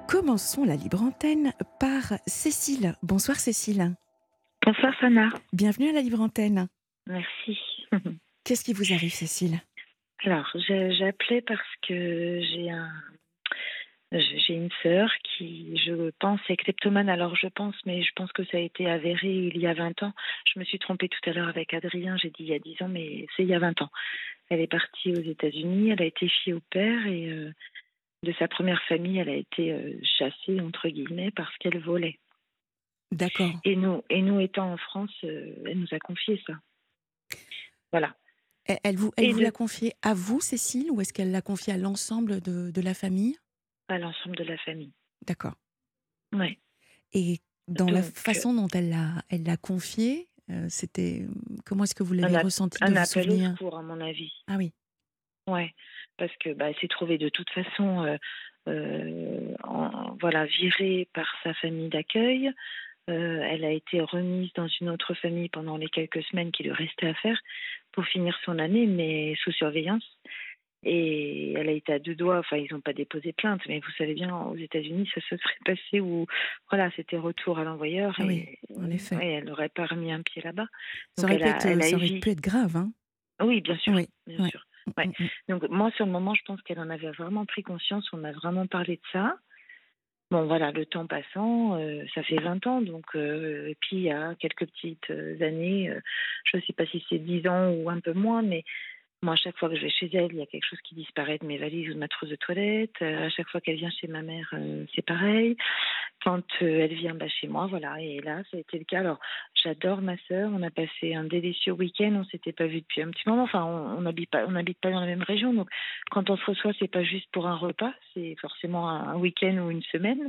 Commençons la libre antenne par Cécile. Bonsoir Cécile. Bonsoir Sana. Bienvenue à la libre antenne. Merci. Qu'est-ce qui vous arrive Cécile? Alors, j'appelais parce que j'ai une sœur qui, je pense, est kleptomane. Alors, mais je pense que ça a été avéré il y a 20 ans. Je me suis trompée tout à l'heure avec Adrien. J'ai dit il y a 10 ans, mais c'est il y a 20 ans. Elle est partie aux États-Unis. Elle a été fille au père et de sa première famille, elle a été chassée, entre guillemets, parce qu'elle volait. D'accord. Et nous étant en France, elle nous a confié ça. Voilà. Elle vous l'a confié à vous Cécile ou est-ce qu'elle l'a confié à l'ensemble de la famille? À l'ensemble de la famille. D'accord. Ouais. Et dans la Donc, façon dont elle l'a confié, c'était comment est-ce que vous l'avez ressenti de un vos appel au souvenirs? secours, à mon avis. Ah oui. Ouais, parce que elle s'est trouvée de toute façon, voilà, virée par sa famille d'accueil. Elle a été remise dans une autre famille pendant les quelques semaines qui lui restaient à faire pour finir son année, mais sous surveillance. Et elle a été à deux doigts, enfin ils n'ont pas déposé plainte, mais vous savez bien, aux États-Unis, ça se serait passé où, voilà, c'était retour à l'envoyeur Ah oui, et en effet. elle n'aurait pas remis un pied là-bas. Ça Donc aurait pu elle être, a ça aurait pu évité. être grave, hein? Oui, bien sûr, Oui, bien oui. sûr. Ouais. Donc moi, sur le moment, je pense qu'elle en avait vraiment pris conscience, on a vraiment parlé de ça. Bon, voilà, le temps passant, ça fait 20 ans, donc, et puis il y a quelques petites années, je ne sais pas si c'est 10 ans ou un peu moins, mais moi, à chaque fois que je vais chez elle, il y a quelque chose qui disparaît de mes valises ou de ma trousse de toilette. À chaque fois qu'elle vient chez ma mère, c'est pareil. Quand elle vient chez moi, voilà. Et là, ça a été le cas. Alors, j'adore ma sœur. On a passé un délicieux week-end. On s'était pas vu depuis un petit moment. Enfin, on n'habite pas dans la même région. Donc, quand on se reçoit, c'est pas juste pour un repas. C'est forcément un week-end ou une semaine.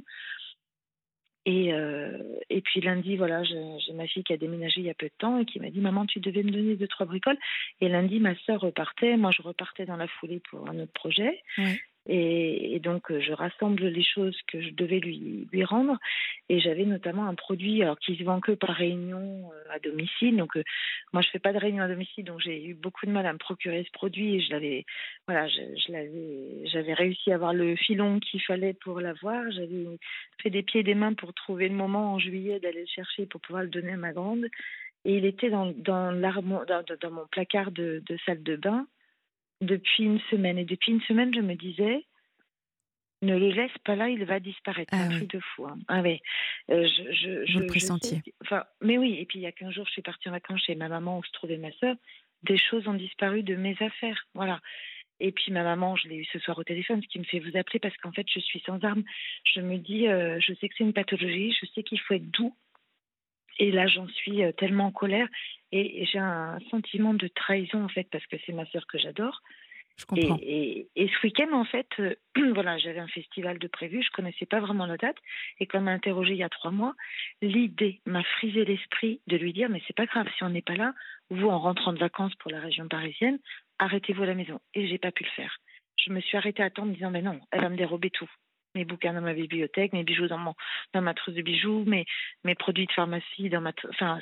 Et puis lundi, voilà, j'ai ma fille qui a déménagé il y a peu de temps et qui m'a dit: Maman, tu devais me donner 2, 3 bricoles. Et lundi, ma sœur repartait. Moi, je repartais dans la foulée pour un autre projet. Ouais. Et donc, je rassemble les choses que je devais lui rendre. Et j'avais notamment un produit qui se vend que par réunion à domicile. Donc, moi, je fais pas de réunion à domicile, donc j'ai eu beaucoup de mal à me procurer ce produit. Et voilà, j'avais réussi à avoir le filon qu'il fallait pour l'avoir. J'avais fait des pieds et des mains pour trouver le moment en juillet d'aller le chercher pour pouvoir le donner à ma grande. Et il était dans mon placard de salle de bain depuis une semaine. Et depuis une semaine, je me disais: ne le laisse pas là, il va disparaître. C'est Ah un oui, truc de fou. Hein. Ah ouais. vous le Je sais. pressentiez. Enfin, mais oui. Et puis il y a 15 jours, je suis partie en vacances chez ma maman où se trouvait ma sœur. Des choses ont disparu de mes affaires. Voilà. Et puis ma maman, je l'ai eue ce soir au téléphone, ce qui me fait vous appeler parce qu'en fait, je suis sans arme. Je me dis, je sais que c'est une pathologie, je sais qu'il faut être doux. Et là, j'en suis tellement en colère. Et j'ai un sentiment de trahison, en fait, parce que c'est ma sœur que j'adore. Je comprends. Et ce week-end, en fait, voilà, j'avais un festival de prévu, je connaissais pas vraiment la date, et quand on m'a interrogée il y a 3 mois, l'idée m'a frisé l'esprit de lui dire: mais c'est pas grave, si on n'est pas là, vous, en rentrant de vacances pour la région parisienne, arrêtez-vous à la maison. Et j'ai pas pu le faire. Je me suis arrêtée à temps en me disant: mais non, elle va me dérober tout. Mes bouquins dans ma bibliothèque, mes bijoux dans ma trousse de bijoux, mes produits de pharmacie dans enfin,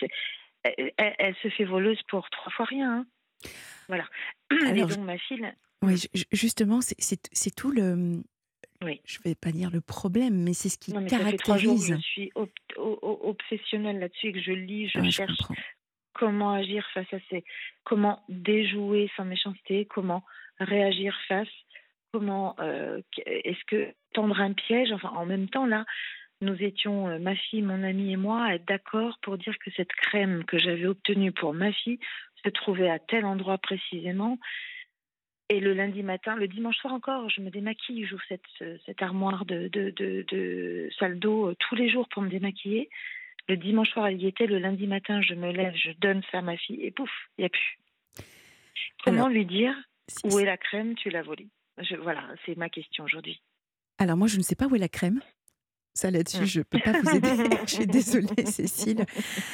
elle se fait voleuse pour 3 fois rien, hein. Voilà. Et Alors, donc ma fille, oui, justement, c'est tout le, oui. je vais pas dire le problème, mais c'est ce qui Non, mais ça fait 3 jours que je caractérise. suis obsessionnelle là-dessus et que je lis, je Ouais, je cherche comprends. comment agir face à comment déjouer sa méchanceté, comment réagir face, comment est-ce que tendre un piège. Enfin, en même temps, là, nous étions, ma fille, mon amie et moi, à être d'accord pour dire que cette crème que j'avais obtenue pour ma fille se trouvait à tel endroit précisément. Et le lundi matin, le dimanche soir encore, je me démaquille, j'ouvre cette armoire de salle d'eau tous les jours pour me démaquiller. Le dimanche soir, elle y était. Le lundi matin, je me lève, je donne ça à ma fille et pouf, il n'y a plus. Alors, Comment lui dire: si- où si- est la crème, tu l'as volée? Voilà, c'est ma question aujourd'hui. alors moi, je ne sais pas où est la crème. Ça, là-dessus, Mm. je peux pas vous aider. Je suis désolée, Cécile.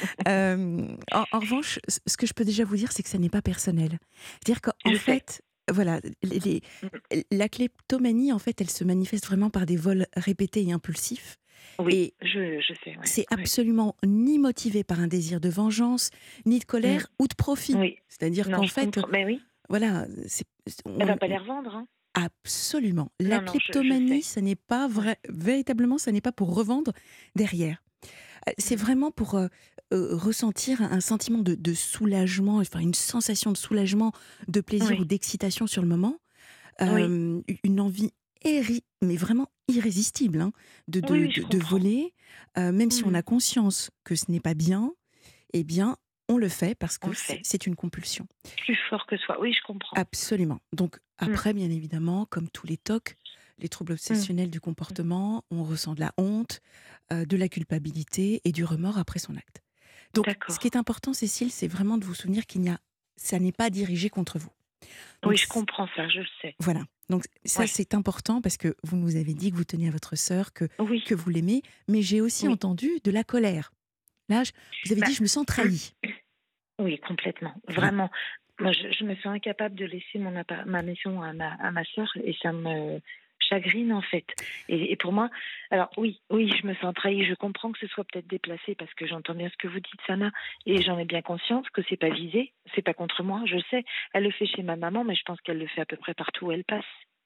En revanche, ce que je peux déjà vous dire, c'est que ça n'est pas personnel. C'est-à-dire qu'en Je sais. fait, voilà, Mm. la kleptomanie, en fait, elle se manifeste vraiment par des vols répétés et impulsifs. Oui, Et je sais, ouais. c'est Ouais. absolument ni motivé par un désir de vengeance, ni de Mm. colère ou de profit. Oui. C'est-à-dire Non, qu'en je fait, comprends. Mais oui, voilà, elle va pas les revendre, hein. Absolument. La Non, non, je kleptomanie, sais. ça n'est pas Ouais. véritablement, ça n'est pas pour revendre derrière. C'est Mmh. vraiment pour, ressentir un sentiment de soulagement, enfin une sensation de soulagement, de plaisir ou Oui, d'excitation sur le moment. oui. Une envie mais vraiment irrésistible, hein, Oui, oui, je de comprends. voler, même si on Mmh. a conscience que ce n'est pas bien, eh bien, on le fait parce On que le fait. c'est une compulsion. Plus fort que soi. Oui, je comprends. Absolument. Donc Mmh. après, bien évidemment, comme tous les TOC, les troubles Mmh. obsessionnels du Mmh. comportement, on ressent de la honte, de la culpabilité et du remords après son acte. Donc ce qui D'accord. est important, Cécile, c'est vraiment de vous souvenir ça n'est pas dirigé contre vous. Oui, Donc je comprends ça, je le sais. voilà. Donc ça, Oui. c'est important parce que vous nous avez dit que vous teniez à votre sœur, Oui, que vous l'aimez, mais j'ai aussi oui. entendu de la colère. Là, vous avez Bah, dit: «Je me sens mmh, trahie». oui, complètement. Voilà. Vraiment. Moi, je me sens incapable de laisser ma maison à ma sœur et ça me chagrine, en fait. Et pour moi, alors oui, oui, je me sens trahie. Je comprends que ce soit peut-être déplacé parce que j'entends bien ce que vous dites, Sana, et j'en ai bien conscience que c'est pas visé, c'est pas contre moi, je sais. Elle le fait chez ma maman, mais je pense qu'elle le fait à peu près partout où elle passe.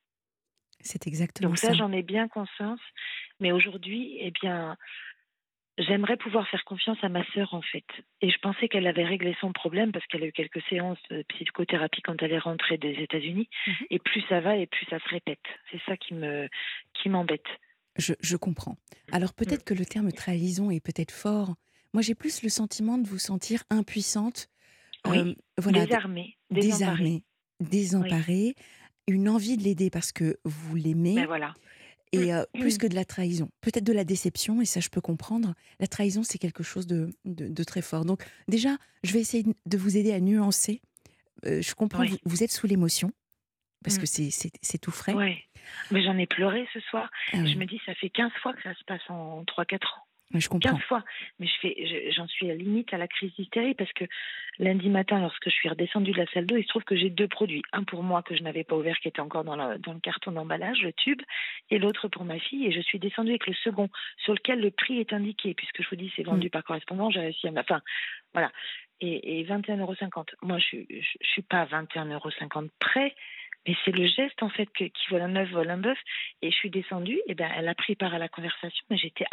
C'est exactement Donc ça, ça. j'en ai bien conscience. Mais aujourd'hui, eh bien, j'aimerais pouvoir faire confiance à ma sœur, en fait. Et je pensais qu'elle avait réglé son problème parce qu'elle a eu quelques séances de psychothérapie quand elle est rentrée des États-Unis. Mmh. Et plus ça va et plus ça se répète. C'est ça qui m'embête. Je comprends. Alors Mm. peut-être que le terme trahison est peut-être fort. Moi, j'ai plus le sentiment de vous sentir impuissante, Oui, voilà, désarmée, désemparée. désarmée, Oui, désemparée, une envie de l'aider parce que vous ben l'aimez voilà. et plus que de la trahison. Peut-être de la déception et ça, je peux comprendre. La trahison, c'est quelque chose de très fort. Donc déjà, je vais essayer de vous aider à nuancer. Je comprends, Oui. vous êtes sous l'émotion parce Mm. que c'est tout frais. Ouais. Mais j'en ai pleuré ce soir. Ah Et je oui, me dis, ça fait 15 fois que ça se passe en 3 4 ans. ouais, je 15 comprends. fois. Mais j'en suis à limite à la crise d'hystérie parce que lundi matin, lorsque je suis redescendue de la salle d'eau, il se trouve que j'ai deux produits. Un pour moi que je n'avais pas ouvert, qui était encore dans le carton d'emballage, le tube, et l'autre pour ma fille. Et je suis descendue avec le second, sur lequel le prix est indiqué, puisque je vous dis, c'est Mmh. vendu par correspondance. J'ai réussi à enfin, voilà. Et 21,50 €. Moi, je suis pas à 21,50 € près. Mais c'est le geste, en fait, qui vole un œuf, vole un bœuf. Et je suis descendue, et ben, elle a pris part à la conversation, mais j'étais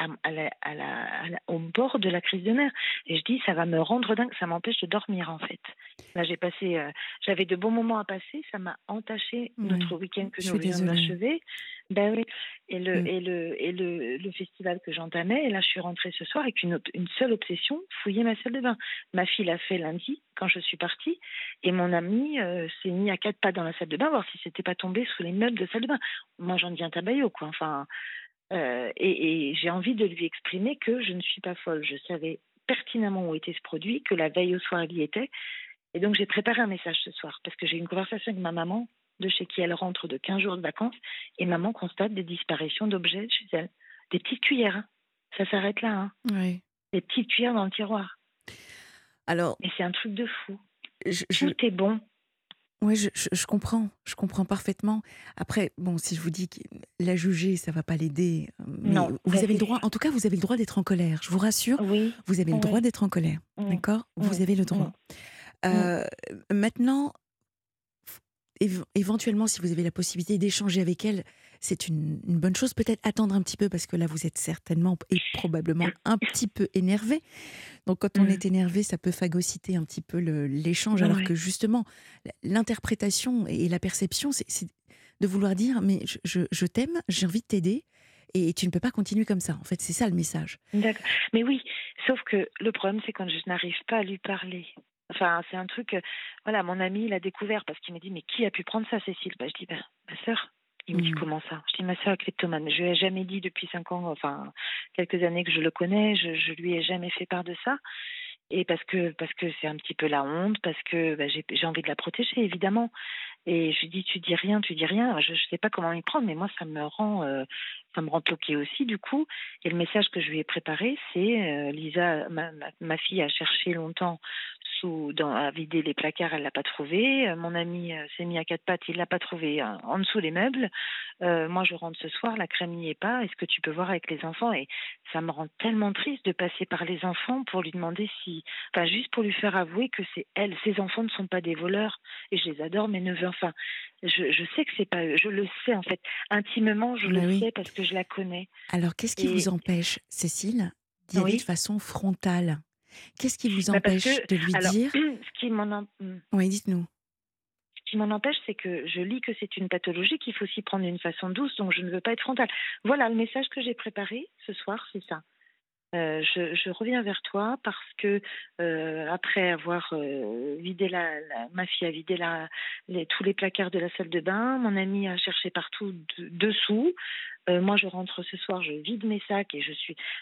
au bord de la crise de nerfs. Et je dis, ça va me rendre dingue, ça m'empêche de dormir, en fait. Là, j'avais de bons moments à passer, ça m'a entaché Ouais. notre week-end que Je nous suis venons désolée. d'achever. Ben oui, Mmh. le festival que j'entamais. Et là, je suis rentrée ce soir avec une seule obsession, fouiller ma salle de bain. Ma fille l'a fait lundi, quand je suis partie. Et mon ami s'est mis à quatre pattes dans la salle de bain, voir si c'était pas tombé sous les meubles de salle de bain. Moi, j'en deviens tabayot, quoi. Enfin, et j'ai envie de lui exprimer que je ne suis pas folle. Je savais pertinemment où était ce produit, que la veille au soir, elle y était. Et donc, j'ai préparé un message ce soir, parce que j'ai eu une conversation avec ma maman, de chez qui elle rentre de 15 jours de vacances, et maman constate des disparitions d'objets chez elle. Des petites cuillères, hein. Ça s'arrête là, hein. Ouais. Des petites cuillères dans le tiroir. Alors, Et c'est un truc de fou. je Tout est bon. ouais, je comprends parfaitement. Après, bon, si je vous dis que la juger, ça va pas l'aider, mais Non, vous ben avez le c'est droit, sûr. en tout cas, vous avez le droit d'être en colère. Je vous rassure, Oui, vous avez le droit oui. d'être en colère, Mmh. d'accord? Vous Mmh. avez le Mmh. droit. Mmh. Heu, Maintenant, éventuellement, si vous avez la possibilité d'échanger avec elle, c'est une bonne chose. Peut-être attendre un petit peu parce que là, vous êtes certainement et probablement un petit peu énervé. Donc quand on Mmh. est énervé, ça peut phagocyter un petit peu l'échange, alors que Ouais. justement, l'interprétation et la perception, c'est de vouloir dire: «Mais je t'aime, j'ai envie de t'aider et tu ne peux pas continuer comme ça». En fait, c'est ça le message. D'accord. Mais oui, sauf que le problème, c'est quand je n'arrive pas à lui parler. Enfin, c'est un truc, voilà, mon ami l'a découvert parce qu'il m'a dit: «Mais qui a pu prendre ça, Cécile?» Bah, je dis: «Bah, ma sœur». Il me dit: Mmh. «Comment ça?» Je dis: «Ma sœur est kleptomane». Je lui ai jamais dit depuis 5 ans, enfin, quelques années que je le connais, je lui ai jamais fait part de ça. Et parce que c'est un petit peu la honte, parce que, bah, j'ai envie de la protéger, évidemment. Et je lui dis: «Tu dis rien, tu dis rien». Je sais pas comment y prendre, mais moi ça me rend toquée aussi, du coup. Et le message que je lui ai préparé, c'est, Lisa, ma fille a cherché longtemps à vider les placards, elle l'a pas trouvé. Mon ami s'est mis à quatre pattes, il l'a pas trouvé en dessous des meubles. Moi, je rentre ce soir, la crème n'y est pas. Est-ce que tu peux voir avec les enfants? Et ça me rend tellement triste de passer par les enfants pour lui demander si, enfin, juste pour lui faire avouer que c'est elle, ses enfants ne sont pas des voleurs. Et je les adore, mes neveux. Enfin, je sais que c'est pas eux. Je le sais en fait. Intimement, je le Bah oui. sais parce que je la connais. Alors, qu'est-ce qui vous Et empêche, Cécile, d'y aller de oui, façon frontale? Qu'est-ce qui vous bah parce empêche que, de lui alors, dire? Oui, dites-nous. ce qui m'en empêche, c'est que je lis que c'est une pathologie, qu'il faut s'y prendre d'une façon douce, donc je ne veux pas être frontale. Voilà, le message que j'ai préparé ce soir, c'est ça. Je reviens vers toi parce que après avoir vidé ma fille a vidé tous les placards de la salle de bain, mon ami a cherché partout dessous. Moi, je rentre ce soir, je vide mes sacs et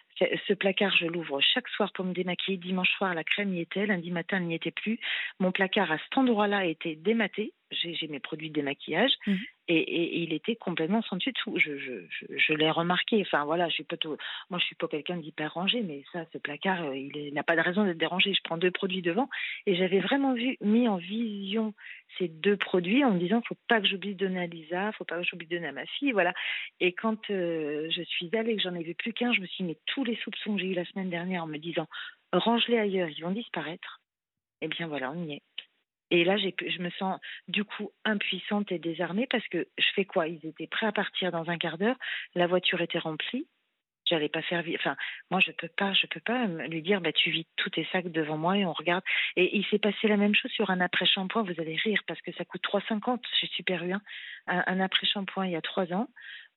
ce placard, je l'ouvre chaque soir pour me démaquiller. Dimanche soir, la crème y était, lundi matin, elle n'y était plus. Mon placard à cet endroit-là était dématé. J'ai mes produits de démaquillage Mmh. et il était complètement sans dessus dessous. Je l'ai remarqué. Enfin voilà, moi je suis pas quelqu'un d'hyper rangé, mais ça, ce placard, il n'a pas de raison d'être dérangé. Je prends deux produits devant et j'avais vraiment mis en vision ces deux produits en me disant, faut pas que j'oublie de donner à Lisa, faut pas que j'oublie de donner à ma fille, voilà. Et quand je suis allée, que j'en ai vu plus qu'un, je me suis dit, mais tous les soupçons que j'ai eu la semaine dernière en me disant, range-les ailleurs, ils vont disparaître. Eh bien voilà, on y est. Et là, je me sens du coup impuissante et désarmée parce que je fais quoi? Ils étaient prêts à partir dans un quart d'heure, la voiture était remplie, j'allais pas faire enfin, moi je peux pas lui dire, bah, tu vides tous tes sacs devant moi et on regarde. Et il s'est passé la même chose sur un après-shampoing, vous allez rire parce que ça coûte 3,50 chez Super U, hein. Un après-shampoing il y a 3 ans.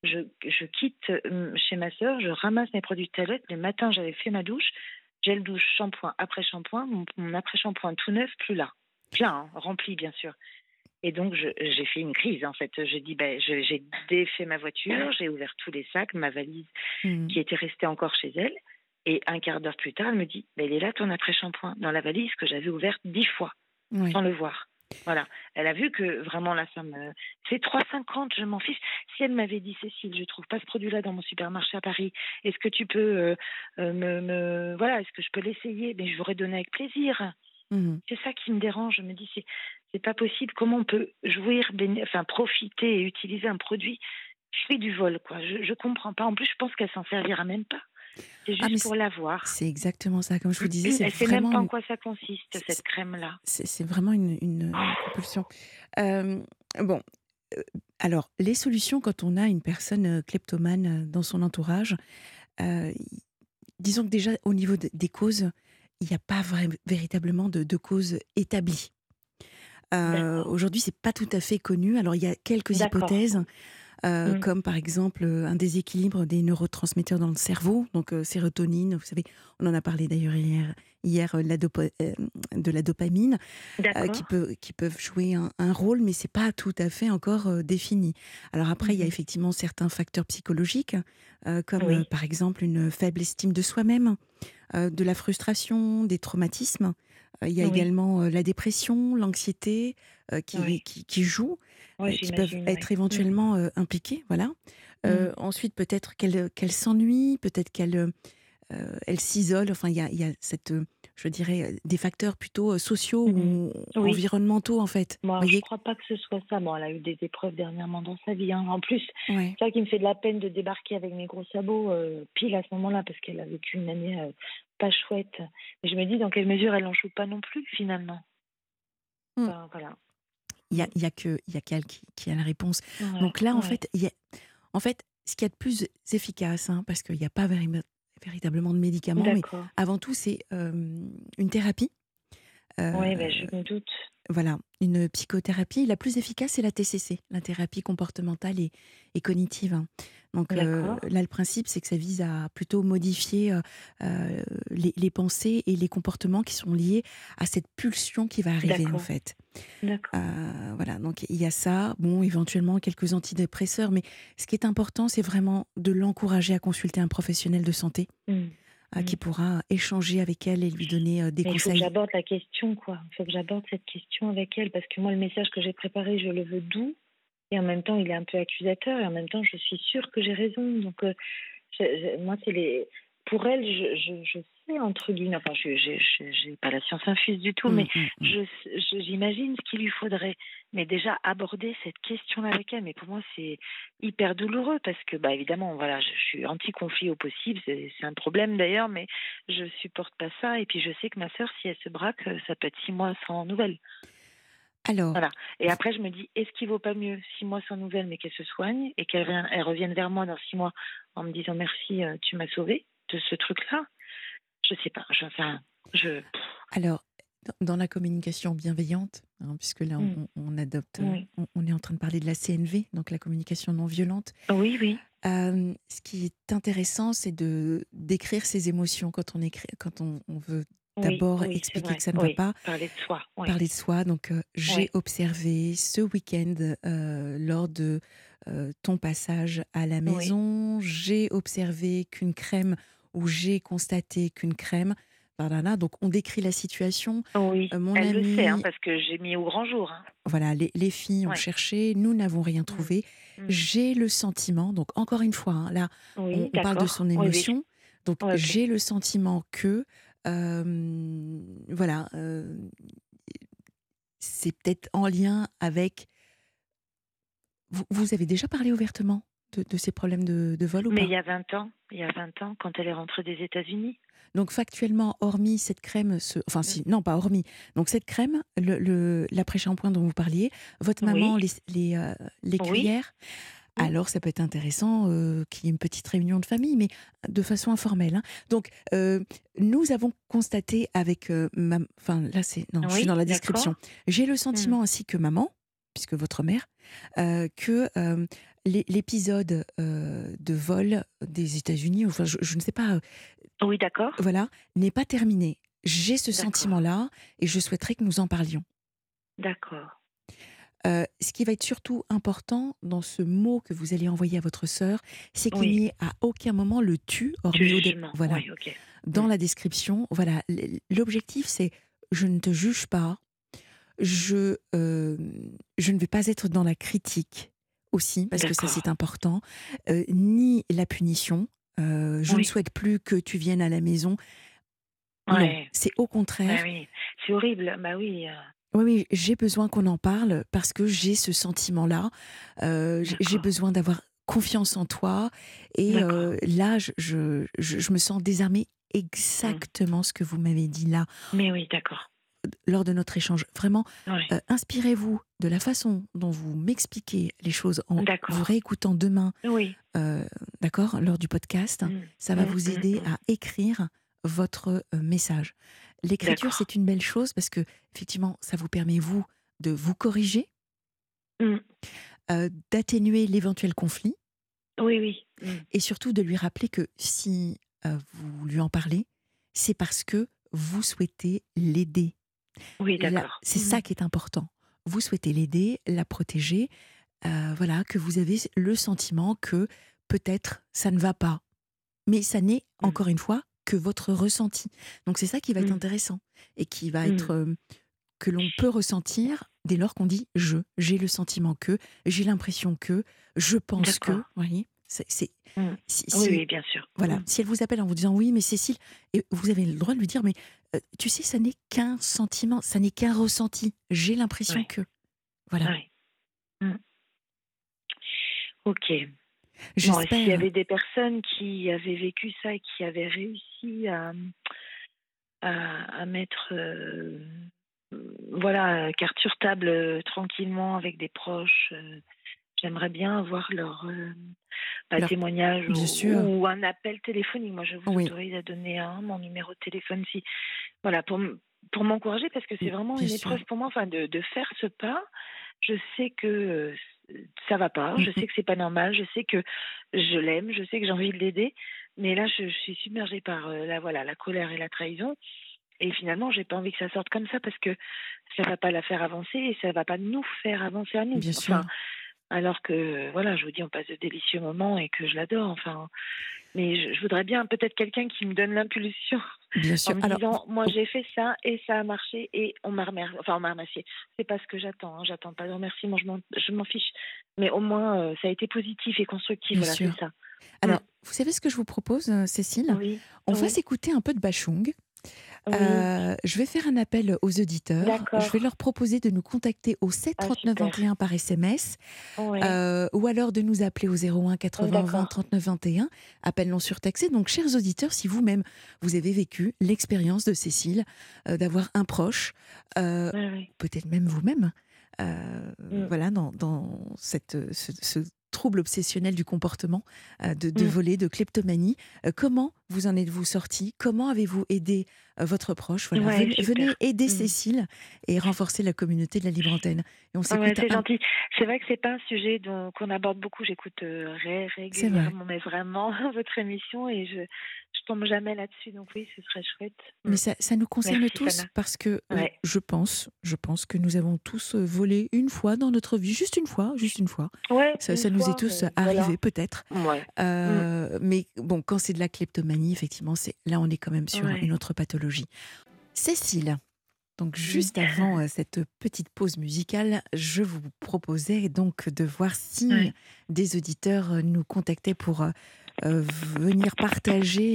Je quitte chez ma sœur, je ramasse mes produits de toilette. Le matin, j'avais fait ma douche, gel douche, shampoing, après-shampoing, mon après-shampoing tout neuf, plus là. Plein, hein, rempli bien sûr. Et donc, j'ai fait une crise, en fait. J'ai dit, ben, j'ai défait ma voiture, j'ai ouvert tous les sacs, ma valise Mmh. qui était restée encore chez elle. Et un quart d'heure plus tard, elle me dit, ben, il est là ton après-shampoing, dans la valise que j'avais ouverte 10 fois, Ouais. sans le voir. Voilà. Elle a vu que vraiment, là, c'est 3,50, je m'en fiche. Si elle m'avait dit, Cécile, je trouve pas ce produit-là dans mon supermarché à Paris, est-ce que tu peux voilà, est-ce que je peux l'essayer? Mais je l'aurais donné avec plaisir. Mmh. C'est ça qui me dérange. Je me dis, c'est pas possible. Comment on peut jouir, enfin, profiter et utiliser un produit fait du vol, quoi. Je comprends pas. En plus, je pense qu'elle s'en servira même pas. C'est Ah mais juste pour l'avoir. c'est exactement ça. Comme je vous disais, c'est Elle sait même vraiment pas en une quoi ça consiste, c'est cette crème-là. c'est vraiment une compulsion. Hem, bon, heu, alors les solutions quand on a une personne, kleptomane, dans son entourage, i disons que déjà au niveau des causes, il n'y a pas véritablement de cause établie. D'accord. Aujourd'hui, c'est pas tout à fait connu. Alors il y a quelques D'accord. hypothèses. Mm. Comme par exemple, un déséquilibre des neurotransmetteurs dans le cerveau, donc sérotonine, vous savez, on en a parlé d'ailleurs hier, de la dopamine, D'accord. qui peuvent jouer un rôle, mais c'est pas tout à fait encore, défini. Alors après, il y a Mhm. effectivement certains facteurs psychologiques, comme, Oui. par exemple une faible estime de soi-même, de la frustration, des traumatismes. Il y a Oui. également, la dépression, l'anxiété, Oui. qui jouent, Oui, qui peuvent j'imagine, oui. être éventuellement, impliquées, voilà. Mm. Ensuite peut-être qu'elle s'ennuie, peut-être elle s'isole, enfin il y a cette, je dirais, des facteurs plutôt, sociaux Mhm. ou Oui. environnementaux en fait, Moi, je voyez? crois pas que ce soit ça. Bon, elle a eu des épreuves dernièrement dans sa vie, hein. En plus, Ouais. c'est ça qui me fait de la peine de débarquer avec mes gros sabots pile à ce moment-là, parce qu'elle a vécu une année pas chouette. Et je me dis dans quelle mesure elle en joue pas non plus, finalement. Mmh. Enfin, voilà. Il Mm. y a il y a qu'elle qui a la réponse. Ouais, Donc là, ouais. en fait, ce qu'il y a de plus efficace, hein, parce qu'il n'y a pas véritablement de médicaments, mais D'accord. avant tout, c'est, une thérapie. Heu, Oui, ben, je me doute. voilà, une psychothérapie. La plus efficace, c'est la TCC, la thérapie comportementale et cognitive, hein. Donc D'accord. là, le principe, c'est que ça vise à plutôt modifier, les pensées et les comportements qui sont liés à cette pulsion qui va arriver, en D'accord. fait. D'accord. Voilà, donc il y a ça, bon, éventuellement quelques antidépresseurs, mais ce qui est important, c'est vraiment de l'encourager à consulter un professionnel de santé, Mm. qui Mm. pourra échanger avec elle et lui donner, des Mais il faut que conseils. j'aborde la question, quoi. Il faut que j'aborde cette question avec elle, parce que moi, le message que j'ai préparé, je le veux doux, et en même temps, il est un peu accusateur, et en même temps, je suis sûre que j'ai raison. Donc, moi, pour elle, je sais sais, entre guillemets, enfin, j'ai pas la science infuse du tout, mais Mmh, mmh, mmh. j'imagine ce qu'il lui faudrait. Mais déjà, aborder cette question-là avec elle, mais pour moi, c'est hyper douloureux parce que, bah, évidemment, voilà, je suis anti-conflit au possible, c'est un problème d'ailleurs, mais je supporte pas ça. Et puis, je sais que ma sœur, si elle se braque, ça peut être 6 mois sans nouvelles. Alors, Voilà. Et après, je me dis, est-ce qu'il vaut pas mieux 6 mois sans nouvelles, mais qu'elle se soigne et elle revienne vers moi dans 6 mois en me disant merci, tu m'as sauvée de ce truc-là. Je sais pas. Enfin, je. alors, dans la communication bienveillante, hein, puisque là Mm, on adopte, oui, on est en train de parler de la CNV, donc la communication non violente. oui, oui, Ce qui est intéressant, c'est de d'écrire ses émotions quand on écrit, quand on veut oui, d'abord oui, c'est expliquer que vrai. ça ne va Oui, pas, parler de soi. Oui, parler de soi. Donc, j'ai oui, observé ce week-end, lors de ton passage à la oui, maison, j'ai observé qu'une crème, ou j'ai constaté qu'une crème, voilà. Donc, on décrit la situation. oui. Mon Elle le sait, hein, ami, parce que j'ai mis au grand jour. Hein. voilà, les filles ont Ouais. cherché, nous n'avons rien Mm, trouvé. mm. J'ai le sentiment, donc encore une fois, hein, là, Oui, on parle de d'accord. son Oui, oui. émotion, donc Ouais, ok. j'ai le sentiment que, voilà, c'est peut-être en lien avec. Vous avez déjà parlé ouvertement de ces problèmes de vol ou Mais pas? il y a 20 ans, quand elle est rentrée des États-Unis. Donc factuellement, hormis cette crème, enfin Mm. si, non pas hormis, donc cette crème, l'après-shampoing dont vous parliez, votre maman, Oui, les oui. cuillères. Mm. Alors ça peut être intéressant, qu'il y ait une petite réunion de famille, mais de façon informelle, hein. Donc, nous avons constaté avec, enfin là c'est non, je suis Oui, dans la d'accord. description. J'ai le Mm. sentiment ainsi que maman, puisque votre mère, que, l'épisode, de vol des États-Unis, enfin je ne sais pas, Oui, d'accord. voilà, n'est pas terminé. J'ai ce D'accord. sentiment-là et je souhaiterais que nous en parlions. D'accord. Ce qui va être surtout important dans ce mot que vous allez envoyer à votre sœur, c'est qu'il Oui, n'y ait à aucun moment le «tu», du hormis jugement. voilà, Oui, OK. dans Mmh. la description, voilà, l'objectif c'est: «Je ne te juge pas, je, je ne vais pas être dans la critique», aussi, parce que ça D'accord. c'est important, ni la punition, «Je ne Oui. souhaite plus que tu viennes à la maison». Non, Ouais. c'est au Bah, contraire. oui. C'est horrible. Bah, oui, Oui, oui, j'ai besoin qu'on en parle parce que j'ai ce sentiment-là. J'ai d'accord. besoin d'avoir confiance en toi et D'accord. là, je me sens désarmée. Mmh. Exactement ce que vous m'avez dit là, Mais oui, d'accord. lors de notre échange. Vraiment, Ouais. inspirez-vous de la façon dont vous m'expliquez les choses en vous D'accord. réécoutant demain, Oui. d'accord, lors du podcast. Mmh. Ça va Mmh, vous mmh, aider mmh. à écrire votre message. L'écriture, D'accord. c'est une belle chose parce que effectivement, ça vous permet, vous, de vous corriger, Mmh. d'atténuer l'éventuel conflit Oui, oui. Mmh. et surtout de lui rappeler que si, vous lui en parlez, c'est parce que vous souhaitez l'aider. Oui, Là, d'accord. c'est Mmh. ça qui est important. Vous souhaitez l'aider, la protéger, voilà, que vous avez le sentiment que peut-être ça ne va pas. Mais ça n'est, Mmh. encore une fois, que votre ressenti. Donc c'est ça qui va être Mmh. intéressant et qui va être, Mmh. que l'on peut ressentir dès lors qu'on dit «je». J'ai le sentiment que, j'ai l'impression que, je pense que, D'accord. vous voyez? Mmh. Si Oui, si oui, bien sûr. voilà, Mmh. si elle vous appelle en vous disant: «Oui, mais Cécile», et vous avez le droit de lui dire: «Mais, tu sais, ça n'est qu'un sentiment, ça n'est qu'un ressenti. J'ai l'impression Ouais. que». Voilà. Ouais. Mmh. OK. Bon, et s'il y J'espère. avait des personnes qui avaient vécu ça et qui avaient réussi à mettre, voilà, carte sur table, tranquillement avec des proches, j'aimerais bien avoir leur, bah, Alors, témoignage bien sûr, ou un appel téléphonique. Moi, je vous oui, autorise à donner mon numéro de téléphone si voilà, pour m'encourager parce que c'est vraiment bien une sûr. épreuve pour moi, enfin de faire ce pas. Je sais que, ça va pas, Mmh je mh. sais que c'est pas normal, je sais que je l'aime, je sais que j'ai envie de l'aider, mais là je suis submergée par, la colère et la trahison et finalement j'ai pas envie que ça sorte comme ça parce que ça va pas la faire avancer et ça va pas nous faire avancer à nous. Bien Enfin, sûr. alors que, voilà, je vous dis, on passe de délicieux moments et que je l'adore, enfin. Mais je voudrais bien peut-être quelqu'un qui me donne l'impulsion Bien en sûr. me Alors, disant: «Moi, j'ai fait ça et ça a marché et on m'a remercié». C'est pas ce que j'attends, hein, j'attends pas de remerciements, je m'en fiche. Mais au moins, ça a été positif et constructif, bien voilà, c'est sûr. ça. Mmh. Alors, vous savez ce que je vous propose, Cécile? Oui, On va oui, s'écouter un peu de Bachung. oui, Je vais faire un appel aux auditeurs. Je vais d'accord. leur proposer de nous contacter au 7 Ah 39 super. 21 par SMS, Ouais, ou alors de nous appeler au 01 80 20 d'accord. 39 21, appel non surtaxé. Donc, chers auditeurs, si vous-même, vous avez vécu l'expérience de Cécile, d'avoir un proche, heu, Oui, oui. peut-être même vous-même, Mmh, voilà, dans ce trouble obsessionnel du comportement, de mmh. voler, de kleptomanie, comment vous en êtes-vous sortis? Comment avez-vous aidé, votre proche? Voilà, Ouais, venez super. aider Mmh. Cécile et renforcer la communauté de la libre antenne et on Ouais, s'écoute c'est un gentil. C'est vrai que c'est pas un sujet qu'on aborde beaucoup. J'écoute, c'est vrai. régulièrement, mais vraiment votre émission et je tombe jamais là-dessus, donc oui, ce serait chouette. Mais Mmh. ça nous concerne Merci tous Sana. parce que, Ouais. je pense que nous avons tous, volé une fois dans notre vie, juste une fois, juste une fois. Ouais, une Ça nous est fois, tous mais voilà. arrivé peut-être, Ouais. Mmh. mais bon, quand c'est de la kleptomanie, effectivement, c'est là, on est quand même sur Ouais. une autre pathologie. Cécile, donc Oui. juste avant, cette petite pause musicale, je vous proposais donc de voir si Ouais. des auditeurs, nous contactaient pour, venir partager,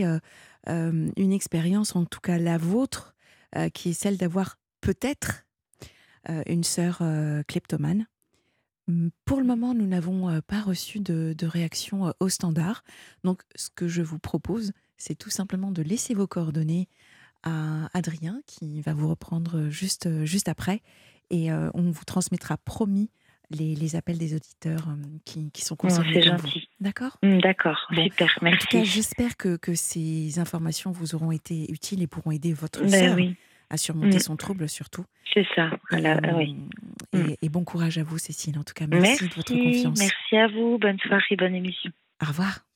une expérience, en tout cas la vôtre, qui est celle d'avoir peut-être, une sœur, kleptomane. Pour le Mmh. moment, nous n'avons, pas reçu de réaction, au standard. Donc ce que je vous propose, c'est tout simplement de laisser vos coordonnées à Adrien qui va vous reprendre, juste après et on vous transmettra promis les appels des auditeurs, qui sont Oh, concernés c'est comme vous. gentil. D'accord? Mmh, d'accord, Bon, super, en tout cas, merci. j'espère que ces informations vous auront été utiles et pourront aider votre Ben sœur oui. à surmonter Mmh. son trouble surtout C'est ça. et Oui. hem Mmh. et bon courage à vous Cécile. En tout cas, merci de votre Merci, confiance. merci à vous. Bonne soirée, bonne émission. Au revoir.